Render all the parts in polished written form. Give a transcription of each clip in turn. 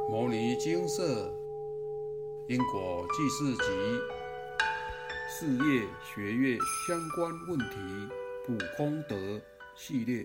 摩尼精舍因果记事集事业学业相关问题普空德系列。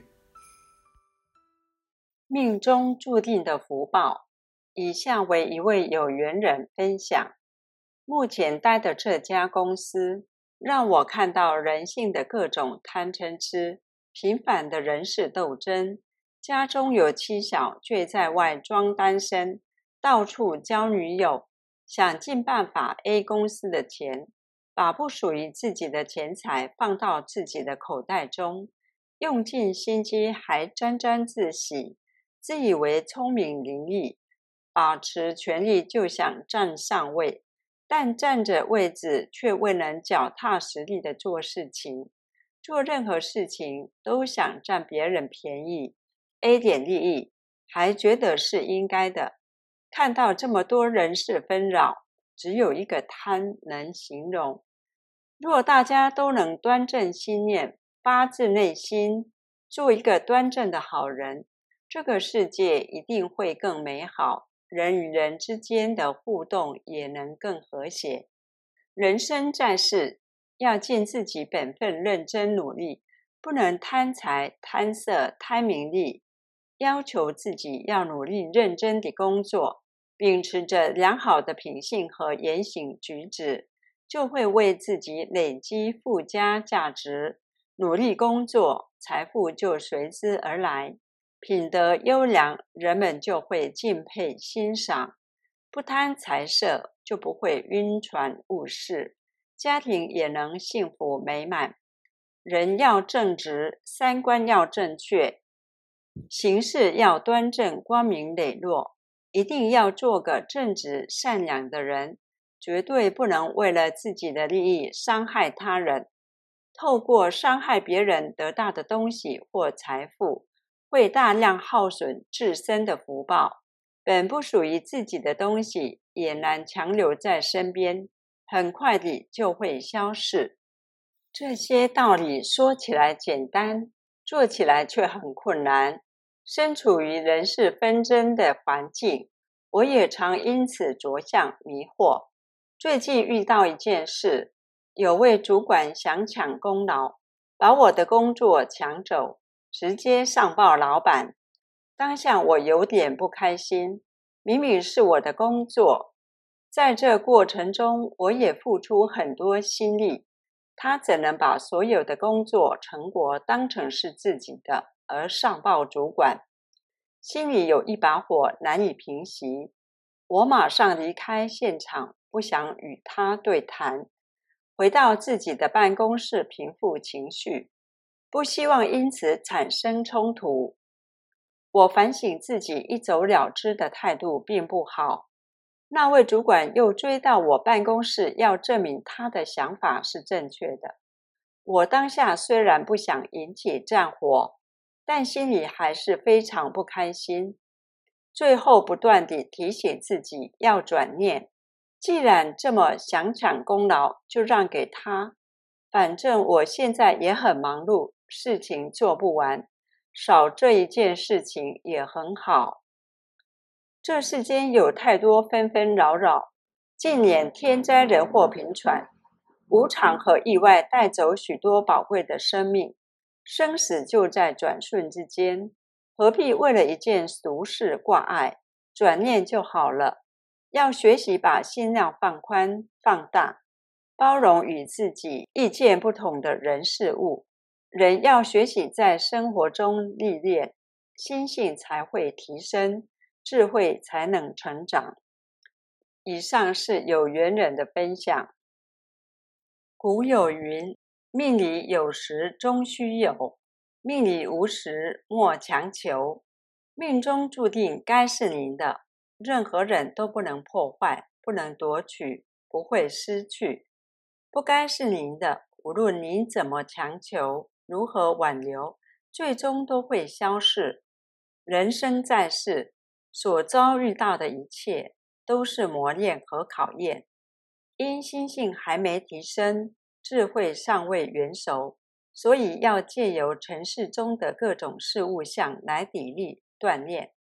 命中注定的福报。以下为一位有缘人分享：目前待的这家公司让我看到人性的各种贪嗔痴，频繁的人事斗争，家中有妻小却在外装单身，到处交女友，想尽办法 A 公司的钱，把不属于自己的钱财放到自己的口袋中，用尽心机还沾沾自喜，自以为聪明伶俐，把持权力就想占上位，但占着位子却未能脚踏实地的做事情，做任何事情都想占别人便宜 A 点利益，还觉得是应该的。看到这么多人事纷扰，只有一个贪能形容。若大家都能端正心念，发自内心做一个端正的好人，这个世界一定会更美好，人与人之间的互动也能更和谐。人生在世，要尽自己本分，认真努力，不能贪财、贪色、贪名利，要求自己要努力认真地工作，秉持着良好的品性和言行举止，就会为自己累积附加价值，努力工作，财富就随之而来。品德优良，人们就会敬佩欣赏，不贪财色，就不会晕船误事，家庭也能幸福美满。人要正直，三观要正确，行事要端正光明磊落，一定要做个正直善良的人，绝对不能为了自己的利益伤害他人。透过伤害别人得到的东西或财富，会大量耗损自身的福报，本不属于自己的东西也难强留在身边，很快地就会消逝。这些道理说起来简单，做起来却很困难。身处于人事纷争的环境，我也常因此着相迷惑。最近遇到一件事，有位主管想抢功劳，把我的工作抢走，直接上报老板。当下我有点不开心，明明是我的工作，在这过程中我也付出很多心力，他怎能把所有的工作成果当成是自己的而上报主管？心里有一把火难以平息，我马上离开现场，不想与他对谈，回到自己的办公室平复情绪，不希望因此产生冲突。我反省自己一走了之的态度并不好，那位主管又追到我办公室，要证明他的想法是正确的。我当下虽然不想引起战火，但心里还是非常不开心。最后不断地提醒自己要转念，既然这么想抢功劳，就让给他，反正我现在也很忙碌，事情做不完，少这一件事情也很好。这世间有太多纷纷扰扰，近年天灾人祸频传，无常和意外带走许多宝贵的生命，生死就在转瞬之间，何必为了一件俗事挂碍，转念就好了。要学习把心量放宽放大，包容与自己意见不同的人事物。人要学习在生活中历练，心性才会提升，智慧才能成长。以上是有缘人的分享。古有云，命里有时终须有，命里无时莫强求。命中注定该是您的，任何人都不能破坏，不能夺取，不会失去。不该是您的，无论您怎么强求，如何挽留，最终都会消逝。人生在世，所遭遇到的一切都是磨练和考验，因心性还没提升，智慧尚未圆熟，所以要借由尘世中的各种事物相来砥砺锻炼。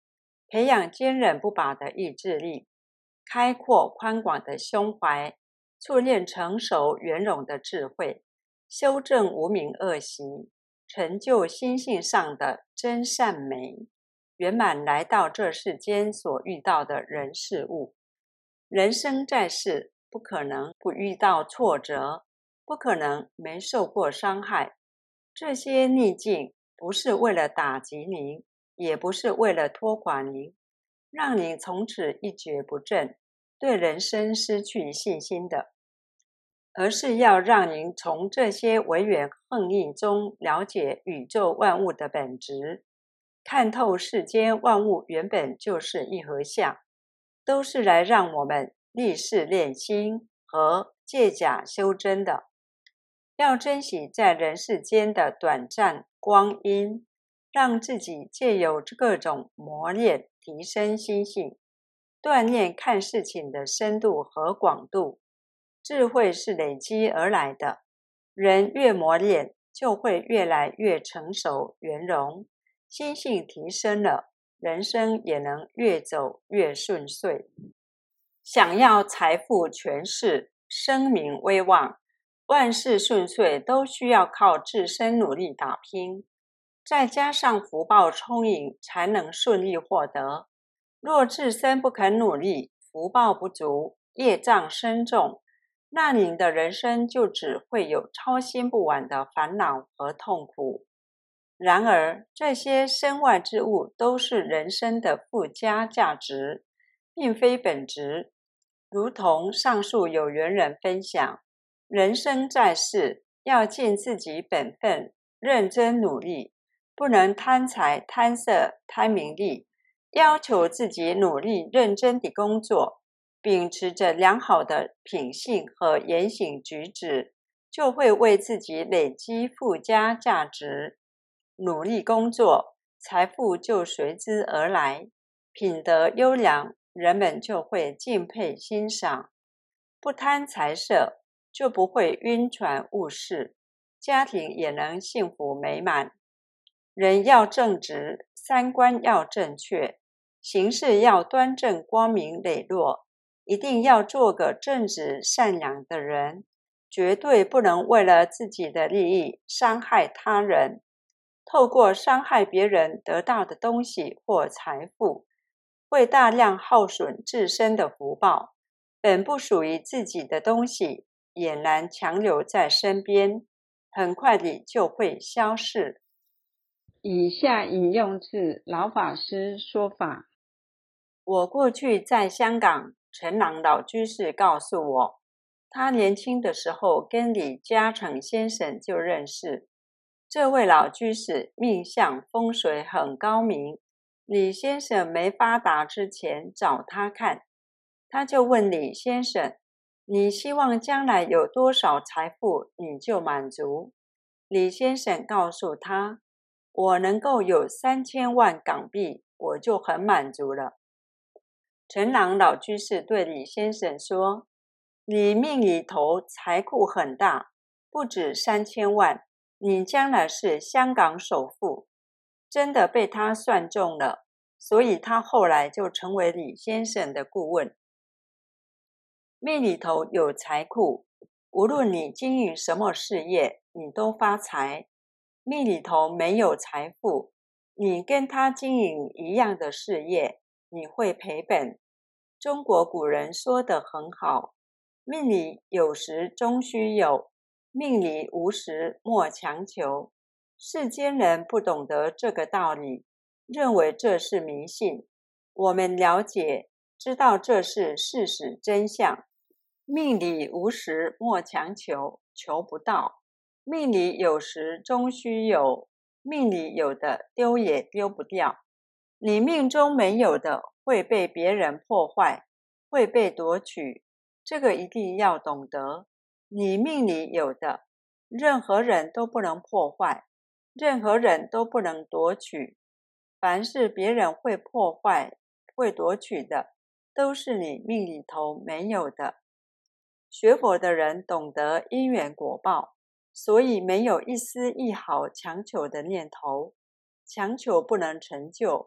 培养坚韧不拔的意志力，开阔宽广的胸怀，淬炼成熟圆融的智慧，修正无明恶习，成就心性上的真善美，圆满来到这世间所遇到的人事物。人生在世，不可能不遇到挫折，不可能没受过伤害。这些逆境不是为了打击您，也不是为了拖垮您，让您从此一蹶不振，对人生失去信心的，而是要让您从这些违缘横逆中了解宇宙万物的本质，看透世间万物原本就是一合相，都是来让我们立誓练心和借假修真的。要珍惜在人世间的短暂光阴，让自己借由各种磨练提升心性，锻炼看事情的深度和广度。智慧是累积而来的，人越磨练就会越来越成熟圆融，心性提升了，人生也能越走越顺遂。想要财富权势、声名威望、万事顺遂，都需要靠自身努力打拼，再加上福报充盈，才能顺利获得。若自身不肯努力，福报不足，业障深重，那您的人生就只会有操心不完的烦恼和痛苦。然而，这些身外之物都是人生的附加价值，并非本质。如同上述有缘人分享，人生在世，要尽自己本分，认真努力，不能贪财、贪色、贪名利，要求自己努力认真地工作，秉持着良好的品性和言行举止，就会为自己累积附加价值。努力工作，财富就随之而来，品德优良，人们就会敬佩欣赏。不贪财色，就不会晕船误事，家庭也能幸福美满。人要正直，三观要正确，行事要端正光明磊落，一定要做个正直善良的人，绝对不能为了自己的利益伤害他人。透过伤害别人得到的东西或财富，会大量耗损自身的福报，本不属于自己的东西也难强留在身边，很快地就会消逝。以下引用自老法师说法。我过去在香港，陈朗老居士告诉我，他年轻的时候跟李嘉诚先生就认识。这位老居士命相风水很高明，李先生没发达之前找他看，他就问李先生，你希望将来有多少财富你就满足？李先生告诉他，我能够有3000万港币，我就很满足了。陈朗老居士对李先生说，你命里头财库很大，不止3000万，你将来是香港首富。真的被他算中了，所以他后来就成为李先生的顾问。命里头有财库，无论你经营什么事业，你都发财。命里头没有财富，你跟他经营一样的事业，你会赔本。中国古人说得很好，命里有时终须有，命里无时莫强求。世间人不懂得这个道理，认为这是迷信。我们了解，知道这是事实真相。命里无时莫强求，求不到。命里有时终须有，命里有的丢也丢不掉。你命中没有的会被别人破坏，会被夺取，这个一定要懂得。你命里有的，任何人都不能破坏，任何人都不能夺取。凡是别人会破坏、会夺取的，都是你命里头没有的。学佛的人懂得因缘果报，所以没有一丝一毫强求的念头。强求不能成就，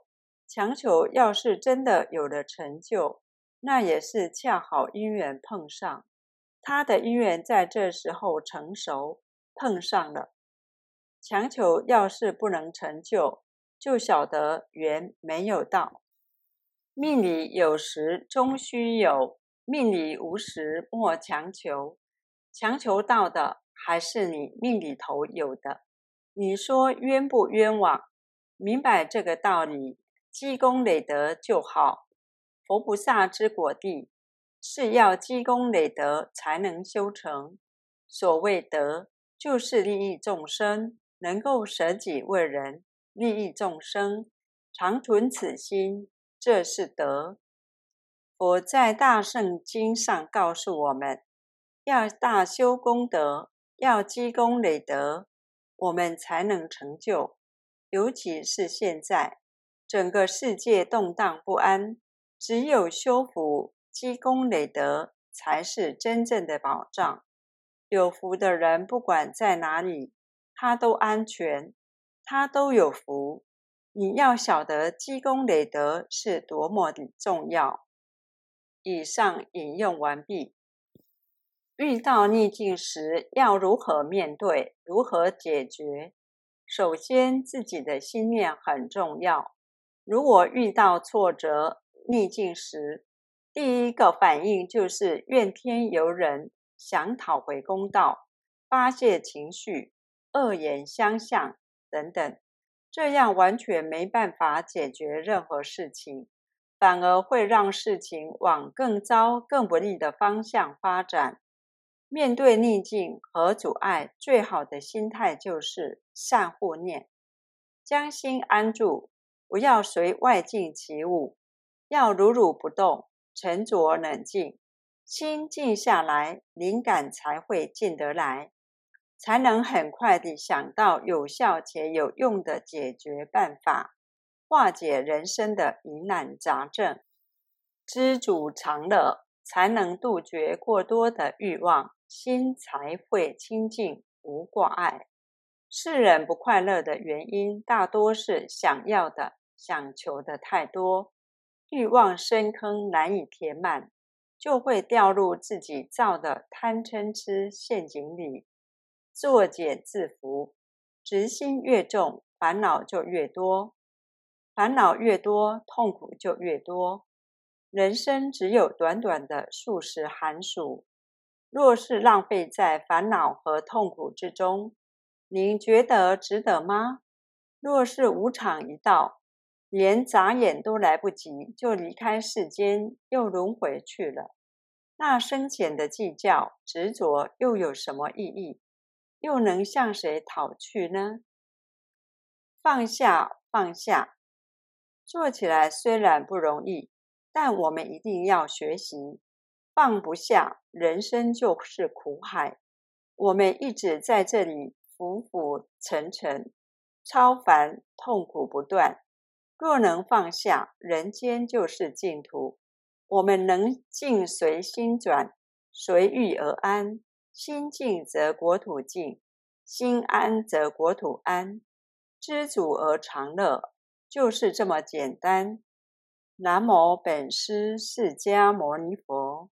强求要是真的有了成就，那也是恰好因缘碰上，他的因缘在这时候成熟，碰上了。强求要是不能成就，就晓得缘没有到。命里有时终须有，命里无时莫强求。强求到的还是你命里头有的，你说冤不冤枉？明白这个道理，积功累德就好。佛菩萨之果地，是要积功累德才能修成。所谓德，就是利益众生，能够舍己为人，利益众生，常存此心，这是德。佛在大圣经上告诉我们，要大修功德，要积功累德，我们才能成就。尤其是现在，整个世界动荡不安，只有修福、积功累德才是真正的保障。有福的人，不管在哪里，他都安全，他都有福。你要晓得积功累德是多么的重要。以上引用完毕。遇到逆境时，要如何面对，如何解决？首先，自己的心念很重要。如果遇到挫折、逆境时，第一个反应就是怨天尤人，想讨回公道，发泄情绪，恶言相向等等，这样完全没办法解决任何事情，反而会让事情往更糟、更不利的方向发展。面对逆境和阻碍，最好的心态就是善护念，将心安住，不要随外境起舞，要如如不动，沉着冷静，心静下来，灵感才会进得来，才能很快地想到有效且有用的解决办法，化解人生的疑难杂症，知足常乐，才能杜绝过多的欲望，心才会清净无挂碍。世人不快乐的原因，大多是想要的、想求的太多，欲望深坑难以填满，就会掉入自己造的贪嗔痴陷阱里，作茧自缚。执心越重，烦恼就越多，烦恼越多，痛苦就越多。人生只有短短的数十寒暑，若是浪费在烦恼和痛苦之中，您觉得值得吗？若是无常一到，连眨眼都来不及，就离开世间，又轮回去了，那生前的计较、执着又有什么意义？又能向谁讨去呢？放下，放下，做起来虽然不容易，但我们一定要学习。放不下，人生就是苦海。我们一直在这里浮浮沉沉，超凡痛苦不断。若能放下，人间就是净土。我们能境随心转，随遇而安。心静则国土静，心安则国土安。知足而常乐，就是这么简单。南无本师释迦牟尼佛。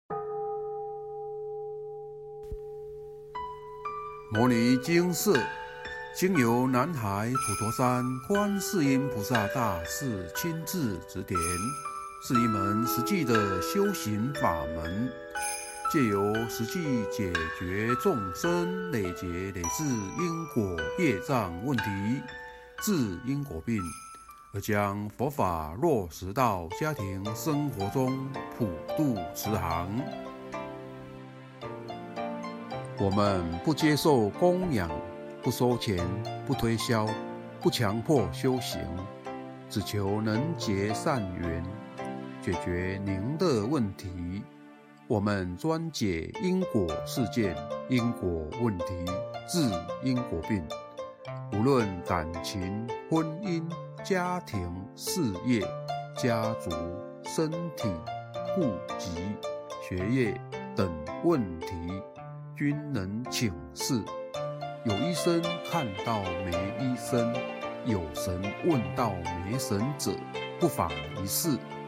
摩尼经释经由南海普陀山观世音菩萨大士亲自指点，是一门实际的修行法门，借由实际解决众生累劫累世因果业障问题，治因果病，而将佛法落实到家庭生活中，普度慈航。我们不接受供养，不收钱，不推销，不强迫修行，只求能结善缘，解决您的问题。我们专解因果事件、因果问题，治因果病。无论感情、婚姻、家庭、事业、家族、身体、户籍、学业等问题，均能请示。有医生看到没医生， 有神问道没神者，不妨一试。